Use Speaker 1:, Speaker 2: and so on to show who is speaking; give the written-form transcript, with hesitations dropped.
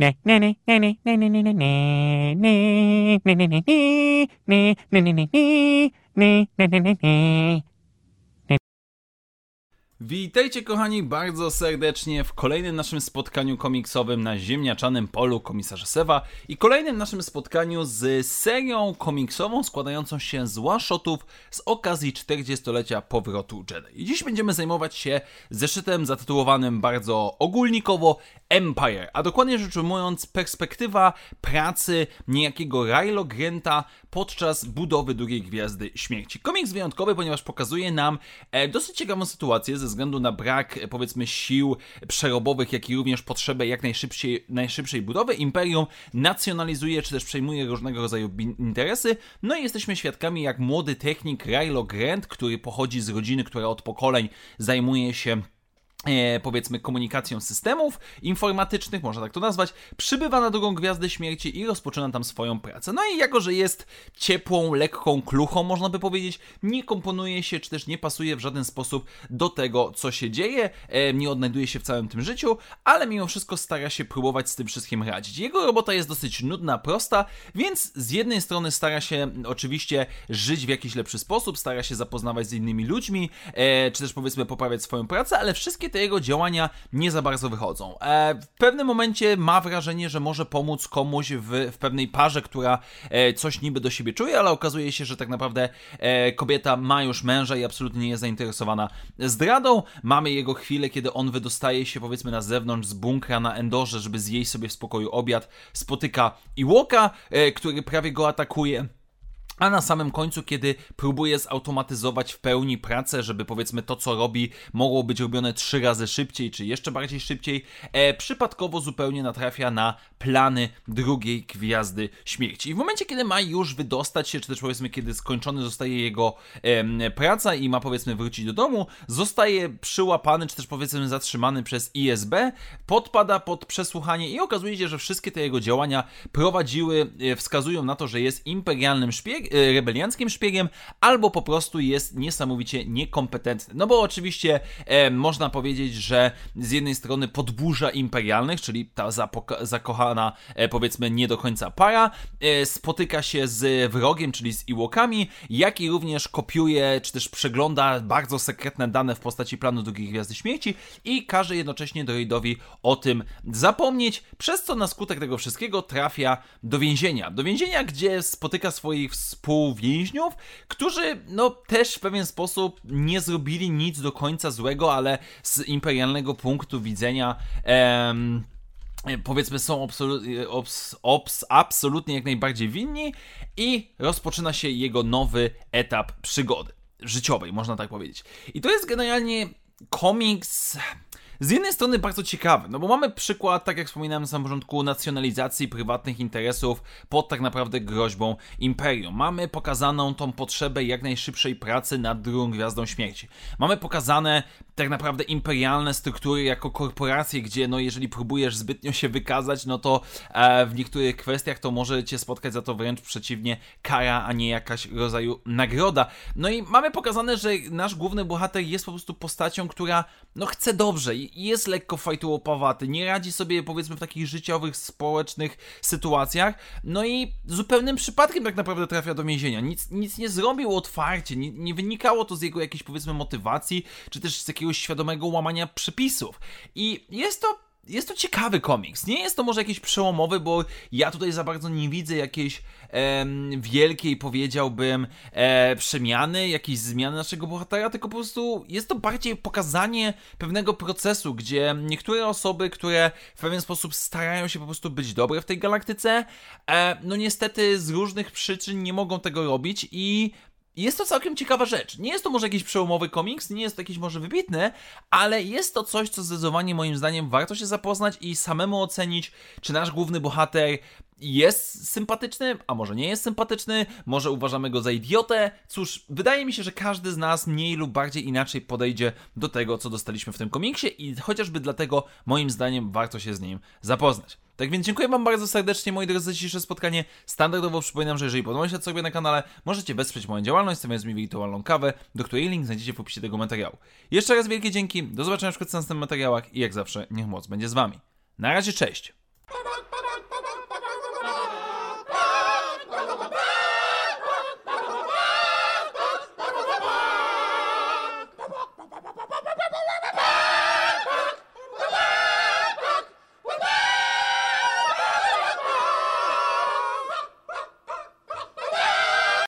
Speaker 1: Witajcie kochani bardzo serdecznie w kolejnym naszym spotkaniu komiksowym na ziemniaczanym polu komisarza Sewa i kolejnym naszym spotkaniu z serią komiksową składającą się z one-shotów z okazji 40-lecia powrotu Jedi. I dziś będziemy zajmować się zeszytem zatytułowanym bardzo ogólnikowo Empire, a dokładnie rzecz ujmując perspektywa pracy niejakiego Rilo Granta podczas budowy drugiej Gwiazdy Śmierci. Komiks wyjątkowy, ponieważ pokazuje nam dosyć ciekawą sytuację ze względu na brak, powiedzmy, sił przerobowych, jak i również potrzebę jak najszybszej budowy. Imperium nacjonalizuje, czy też przejmuje różnego rodzaju interesy. No i jesteśmy świadkami, jak młody technik Rilo Grant, który pochodzi z rodziny, która od pokoleń zajmuje się powiedzmy komunikacją systemów informatycznych, można tak to nazwać, przybywa na drugą Gwiazdę Śmierci i rozpoczyna tam swoją pracę. No i jako, że jest ciepłą, lekką kluchą, można by powiedzieć, nie komponuje się, czy też nie pasuje w żaden sposób do tego, co się dzieje, nie odnajduje się w całym tym życiu, ale mimo wszystko stara się próbować z tym wszystkim radzić. Jego robota jest dosyć nudna, prosta, więc z jednej strony stara się oczywiście żyć w jakiś lepszy sposób, stara się zapoznawać z innymi ludźmi, czy też powiedzmy poprawiać swoją pracę, ale wszystkie te jego działania nie za bardzo wychodzą. W pewnym momencie ma wrażenie, że może pomóc komuś w pewnej parze, która coś niby do siebie czuje, ale okazuje się, że tak naprawdę kobieta ma już męża i absolutnie nie jest zainteresowana zdradą. Mamy jego chwilę, kiedy on wydostaje się powiedzmy na zewnątrz z bunkra na Endorze, żeby zjeść sobie w spokoju obiad. Spotyka Ewoka, który prawie go atakuje. A na samym końcu, kiedy próbuje zautomatyzować w pełni pracę, żeby powiedzmy to, co robi, mogło być robione 3 razy szybciej, czy jeszcze bardziej szybciej, przypadkowo zupełnie natrafia na plany drugiej Gwiazdy Śmierci. I w momencie, kiedy ma już wydostać się, czy też powiedzmy, kiedy skończony zostaje jego praca i ma powiedzmy wrócić do domu, zostaje przyłapany, czy też powiedzmy zatrzymany przez ISB, podpada pod przesłuchanie i okazuje się, że wszystkie te jego działania wskazują na to, że jest imperialnym rebelianckim szpiegiem, albo po prostu jest niesamowicie niekompetentny. No bo oczywiście można powiedzieć, że z jednej strony podburza imperialnych, czyli ta zakochana, powiedzmy nie do końca para, spotyka się z wrogiem, czyli z Ewokami, jak i również kopiuje, czy też przegląda bardzo sekretne dane w postaci planu drugiej Gwiazdy Śmierci i każe jednocześnie droidowi o tym zapomnieć, przez co na skutek tego wszystkiego trafia do więzienia. Do więzienia, gdzie spotyka swoich współwięźniów, którzy no też w pewien sposób nie zrobili nic do końca złego, ale z imperialnego punktu widzenia powiedzmy są absolutnie jak najbardziej winni i rozpoczyna się jego nowy etap przygody życiowej, można tak powiedzieć. I to jest generalnie komiks z jednej strony bardzo ciekawy, no bo mamy przykład, tak jak wspominałem na samym początku, nacjonalizacji prywatnych interesów pod tak naprawdę groźbą imperium. Mamy pokazaną tą potrzebę jak najszybszej pracy nad drugą Gwiazdą Śmierci. Mamy pokazane tak naprawdę imperialne struktury jako korporacje, gdzie no jeżeli próbujesz zbytnio się wykazać, no to w niektórych kwestiach to może cię spotkać za to wręcz przeciwnie kara, a nie jakaś rodzaju nagroda. No i mamy pokazane, że nasz główny bohater jest po prostu postacią, która no chce dobrze i jest lekko fajtułopawaty, nie radzi sobie powiedzmy w takich życiowych, społecznych sytuacjach, no i zupełnym przypadkiem tak naprawdę trafia do więzienia. Nic nie zrobił otwarcie, nie wynikało to z jego jakiejś powiedzmy motywacji, czy też z jakiegoś świadomego łamania przepisów. I jest to ciekawy komiks. Nie jest to może jakiś przełomowy, bo ja tutaj za bardzo nie widzę jakiejś wielkiej, powiedziałbym, przemiany, jakiejś zmiany naszego bohatera, tylko po prostu jest to bardziej pokazanie pewnego procesu, gdzie niektóre osoby, które w pewien sposób starają się po prostu być dobre w tej galaktyce, no niestety z różnych przyczyn nie mogą tego robić i jest to całkiem ciekawa rzecz. Nie jest to może jakiś przełomowy komiks, nie jest to jakiś może wybitny, ale jest to coś, co zdecydowanie moim zdaniem warto się zapoznać i samemu ocenić, czy nasz główny bohater jest sympatyczny, a może nie jest sympatyczny, może uważamy go za idiotę. Cóż, wydaje mi się, że każdy z nas mniej lub bardziej inaczej podejdzie do tego, co dostaliśmy w tym komiksie i chociażby dlatego moim zdaniem warto się z nim zapoznać. Tak więc dziękuję wam bardzo serdecznie, moi drodzy, za dzisiejsze spotkanie. Standardowo przypominam, że jeżeli podoba się sobie na kanale, możecie wesprzeć moją działalność, stawiając mi wirtualną kawę, do której link znajdziecie w opisie tego materiału. Jeszcze raz wielkie dzięki, do zobaczenia w następnych materiałach i jak zawsze niech moc będzie z wami. Na razie, cześć!